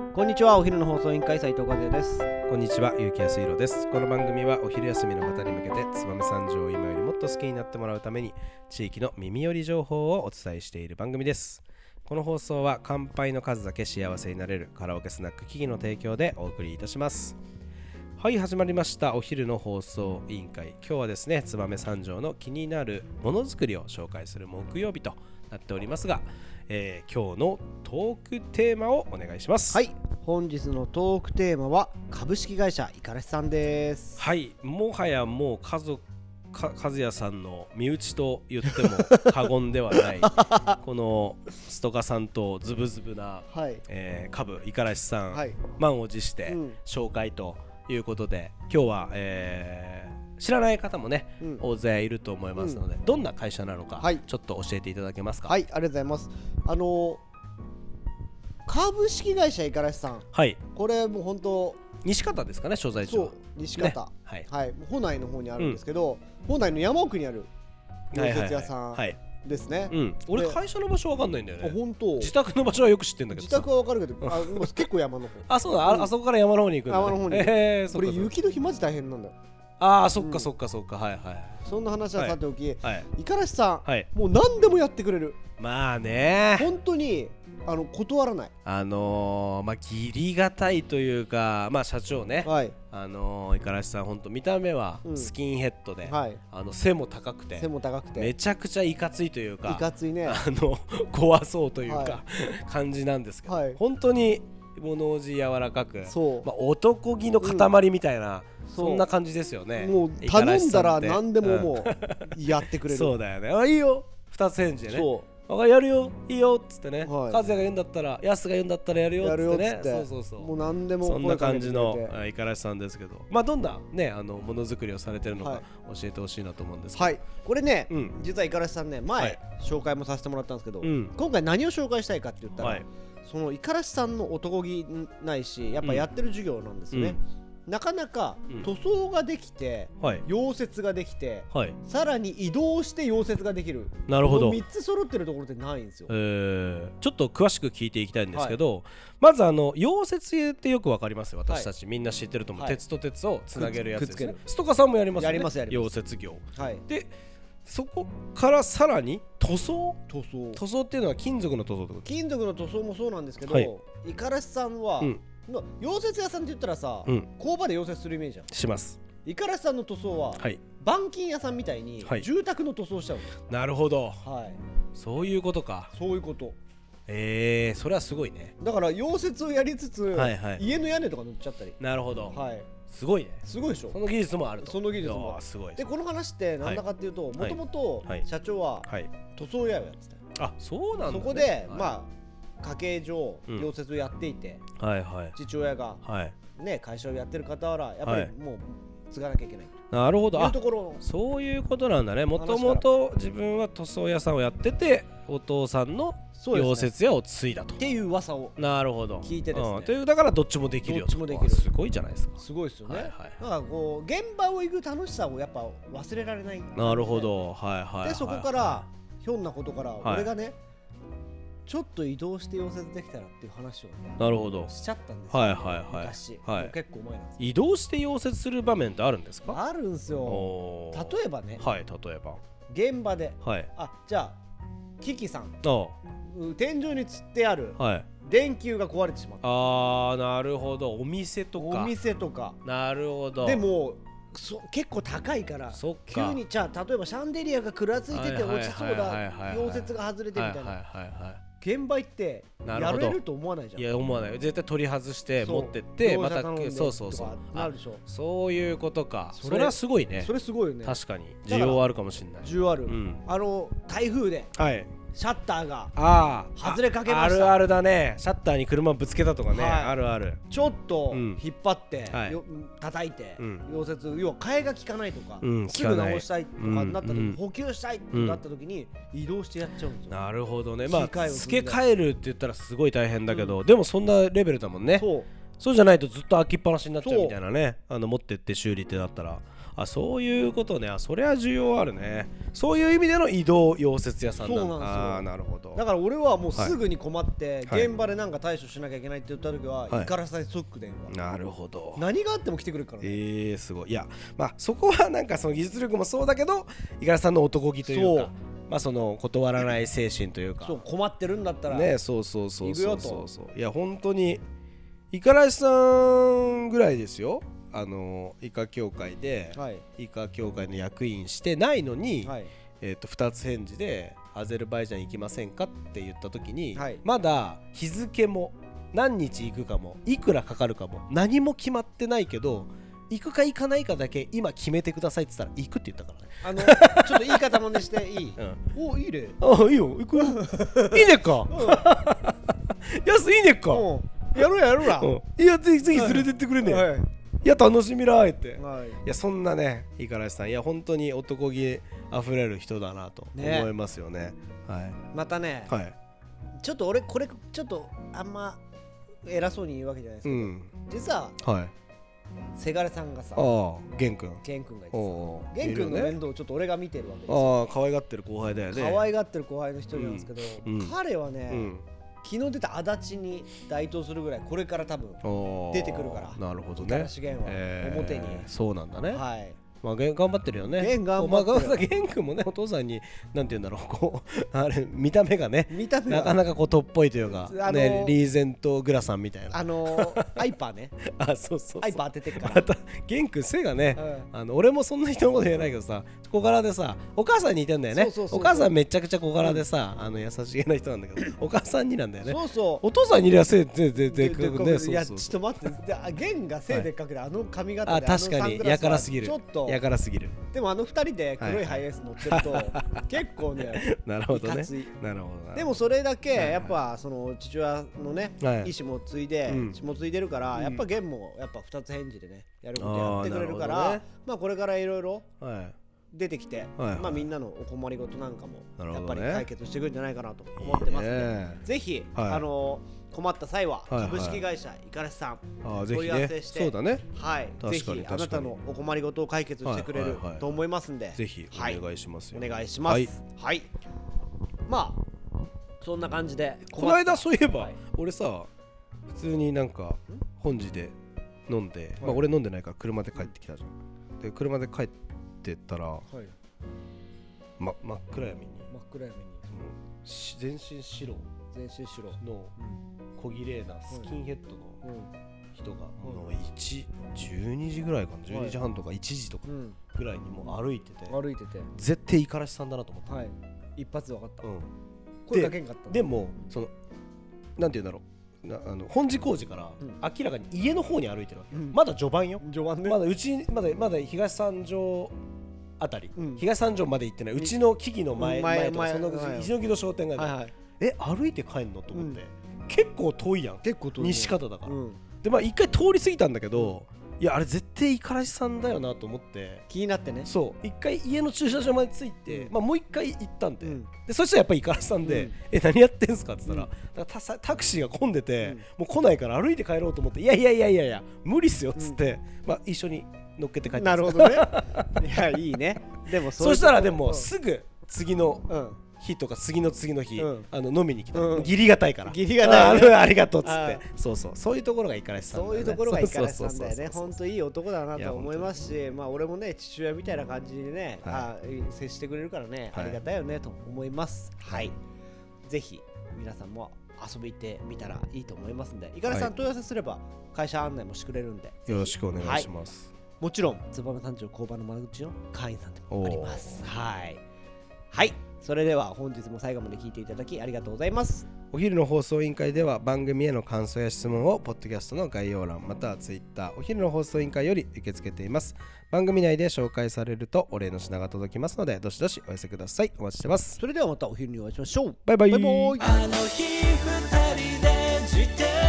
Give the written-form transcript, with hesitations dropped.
こんにちは。お昼の放送委員会斉藤和也です。 こんにちは、結城康弘です。この番組はお昼休みの方に向けて燕三条を今よりもっと好きになってもらうために地域の耳寄り情報をお伝えしている番組です。この放送は乾杯の数だけ幸せになれるカラオケスナックキキの提供でお送りいたします。はい、始まりましたお昼の放送委員会。今日はですね、燕三条の気になるものづくりを紹介する木曜日となっておりますが、今日のトークテーマをお願いします。 はい、本日のトークテーマは株式会社五十嵐さんです。 はい、もはやもう和也さんの身内と言っても過言ではないこのストカさんとズブズブな、株五十嵐さん、満を持して紹介ということで、今日は、知らない方もね、大勢いると思いますので、どんな会社なのか、ちょっと教えていただけますか。 はい、ありがとうございます。株式会社五十嵐さん、これもう本当西方ですかね、所在地は。 そう、西方、保内の方にあるんですけど、保内の山奥にある溶接屋さんですね。 俺会社の場所わかんないんだよね。 本当。 自宅の場所はよく知ってんだけど。 自宅はわかるけど、結構山の方。 あ、そうだ、あそこから山の方に行くんだね。 山の方に。これ雪の日マジ大変なんだよ。 ああ、そっかそっかそっか、はいはい。 そんな話はさておき、五十嵐さん、もう何でもやってくれる。 まあね、 本当に断らない。 義理がたいというか、社長ね、五十嵐さん本当見た目はスキンヘッドで、背も高くてめちゃくちゃいかついというか、 いかついね、 怖そうというか、感じなんですけど、本当に物おじ柔らかく、男気の塊みたいな、そんな感じですよね。 もう頼んだら何でももうやってくれる。 そうだよね。いいよ、二つ返事でね。やるよ、いいよっつってね、和也が言うんだったら、安が言うんだったらやるよっつってね。そうもう何でもそんな感じの五十嵐さんですけど、どんなねものづくりをされてるのか教えてほしいなと思うんですけど。 これね、実は五十嵐さんね、前紹介もさせてもらったんですけど、今回何を紹介したいかって言ったら、その五十嵐さんの男気ないし、やっぱやってる授業なんですね。なかなか塗装ができて、溶接ができて、さらに移動して溶接ができる。 なるほど。 3つ揃ってるところってないんですよ。 ちょっと詳しく聞いていきたいんですけど、まず溶接ってよくわかりますよ。私たちみんな知ってると思う。鉄と鉄をつなげるやつですね。ストカさんもやりますよね。溶接業。でそこからさらに塗装っていうのは金属の塗装ってこと？ 金属の塗装もそうなんですけど、五十嵐さんは溶接屋さんって言ったらさ、工場で溶接するイメージじゃん。します。五十嵐さんの塗装は板金屋さんみたいに住宅の塗装しちゃう。 なるほど。そういうことか。 そういうこと。 それはすごいね。 だから溶接をやりつつ、家の屋根とか塗っちゃったり。 なるほど。すごいね。 すごいでしょ。 その技術もあると。 その技術もすごい。 でこの話ってなんだかっていうと、もともと社長は塗装屋をやってた。 あ、そうなんだ。 そこで家計上溶接をやっていて、父親が会社をやってる傍ら、やっぱりもう継がなきゃいけない。 なるほど。そういうことなんだね。もともと自分は塗装屋さんをやってて、お父さんの溶接屋を継いだとっていう噂を聞いてですね。 というだからどっちもできるよ。どっちもできる。すごいじゃないですか。 すごいですよね。だからこう現場を行く楽しさをやっぱ忘れられない。 なるほど。 でそこからひょんなことから俺がね、ちょっと移動して溶接できたらっていう話をなるほどしちゃったんですよ。昔結構前なんです。 移動して溶接する場面ってあるんですか？ あるんですよ。例えばね、現場でじゃあキキさん、天井につってある電球が壊れてしまった。 なるほど。お店とか。なるほど。 でも結構高いから急に、じゃあ例えばシャンデリアがくらついてて落ちそうだ、溶接が外れてみたいな。現場行ってやれると思わないじゃん。 いや、思わない。絶対取り外して持ってってまたなるでしょ。 そういうことか。それはすごいね。 それすごいよね。 確かに需要あるかもしれない。 需要ある。台風でシャッターが外れかけました。 あるあるだね。シャッターに車ぶつけたとかね。あるある。 ちょっと引っ張って叩いて溶接、要は替えが効かないとか、すぐ直したいとかになった時、補給したいってなった時に移動してやっちゃうんですよ。 なるほどね。付け替えるって言ったらすごい大変だけど、でもそんなレベルだもんね。そうじゃないとずっと開きっぱなしになっちゃうみたいなね。持ってって修理ってなったらそういうことね。それは需要あるね。そういう意味での移動溶接屋さんなんだ。 そうなんですよ。 なるほど。 だから俺はもうすぐに困って、現場でなんか対処しなきゃいけないって言った時は、イカラさんに即電話。 なるほど。 何があっても来てくれるからね。 すごい。いや、そこはなんかその技術力もそうだけど、イカラさんの男気というか、その断らない精神というか。 そう、困ってるんだったらね、そう。いや本当にイカラさんぐらいですよ。イカ協会で、イカ協会の役員してないのに、2つ返事でアゼルバイジャン行きませんかって言った時に、まだ日付も何日行くかもいくらかかるかも何も決まってないけど、行くか行かないかだけ今決めてくださいって言ったら行くって言ったからね。 ちょっと言い方真似していい？お、いいね。 いいよ、行くよ。いいねっか。やす、いいねっか。 やろうやろうな。 いや、次連れてってくれね。いや、楽しみらーって。いや、そんなね、イカラシさん、いや本当に男気あふれる人だなと思いますよね。 またね、ちょっと俺これちょっとあんま偉そうに言うわけじゃないですけど、実はせがれさんがさ、 ゲン君がいてさ、 ゲン君の面倒をちょっと俺が見てるわけですよ。可愛がってる後輩だよね。 可愛がってる後輩の一人なんですけど、彼はね、昨日出た足立に該当するぐらいこれから多分出てくるから。 なるほどね。 イカラシゲンは表に。 そうなんだね。頑張ってるよね。 ゲン頑張ってる。 ゲン君もね、お父さんになんて言うんだろう、こうあれ見た目がね、なかなかこうとっぽいというか、ね、リーゼントグラさんみたいな。 アイパーね。アイパー当ててっから。 またゲン君背がね、俺もそんな人のこと言えないけどさ、小柄でさ、お母さんに似てんだよね。お母さんめちゃくちゃ小柄でさ、優しげな人なんだけど、お母さんになんだよね。お父さんにいりゃ背でっかくね。 いやちょっと待って、ゲンが背でっかくて髪型で確かにやからすぎる。 ちょっとやからすぎる。 でも2人で黒いハイエース乗ってると結構ね、 なるほどね。 でもそれだけやっぱその父親のね意思も継いで血も継いでるから、やっぱゲンもやっぱ2つ返事でねやることやってくれるから、まあこれからいろいろ出てきて、まあみんなのお困りごとなんかもやっぱり解決してくるんじゃないかなと思ってますので、ぜひ困った際は株式会社イカラシさん問い合わせして、ぜひあなたのお困りごとを解決してくれると思いますんで、 ぜひお願いしますよ。 お願いします。はい。まあそんな感じで、 この間そういえば俺さ、普通になんか本寺で飲んで、俺飲んでないから車で帰ってきたじゃん。で車で帰ってったら真っ暗闇に全身白の小綺麗なスキンヘッドの人が12時ぐらいかな、12時半とか1時とかぐらいにもう歩いてて、絶対イカラシさんだなと思って、 一発で分かった。声かけんかった。 でもそのなんて言うんだろう、本寺工事から明らかに家の方に歩いてるわけ。まだ序盤よ。まだうちまだ東三条あたり、東三条まで行ってない、うちの木々の前とか、その石野木戸商店街で歩いて帰んのと思って、結構遠いやん、西方だから。で一回通り過ぎたんだけど、いやあれ絶対イカラシさんだよなと思って気になってね。 そう一回家の駐車場まで着いて、もう一回行ったんで、そしたらやっぱりイカラシさんで、何やってんすかって言ったら、タクシーが混んでて、もう来ないから歩いて帰ろうと思って、いや無理っすよっつって、一緒に乗っけて帰って。 なるほどね。いやいいね。でもそしたらでもすぐ次の日とか次の次の日、飲みに来た。義理がたいから、ありがとうっつって、そういうところがイカラシさんだよね。 そういうところがイカラシさんだよね。本当いい男だなと思いますし、俺もね父親みたいな感じでね接してくれるからね、ありがたいよねと思います。はい、ぜひ皆さんも遊び行ってみたらいいと思いますんで、イカラシさん問い合わせすれば会社案内もしてくれるんで、 よろしくお願いします。 もちろん燕三条交番の窓口の会員さんでもあります。はい、それでは本日も最後まで聞いていただきありがとうございます。 お昼の放送委員会では番組への感想や質問をポッドキャストの概要欄またはツイッターお昼の放送委員会より受け付けています。番組内で紹介されるとお礼の品が届きますので、どしどしお寄せください。お待ちしてます。 それではまたお昼にお会いしましょう。 バイバイ。 あの日二人で自転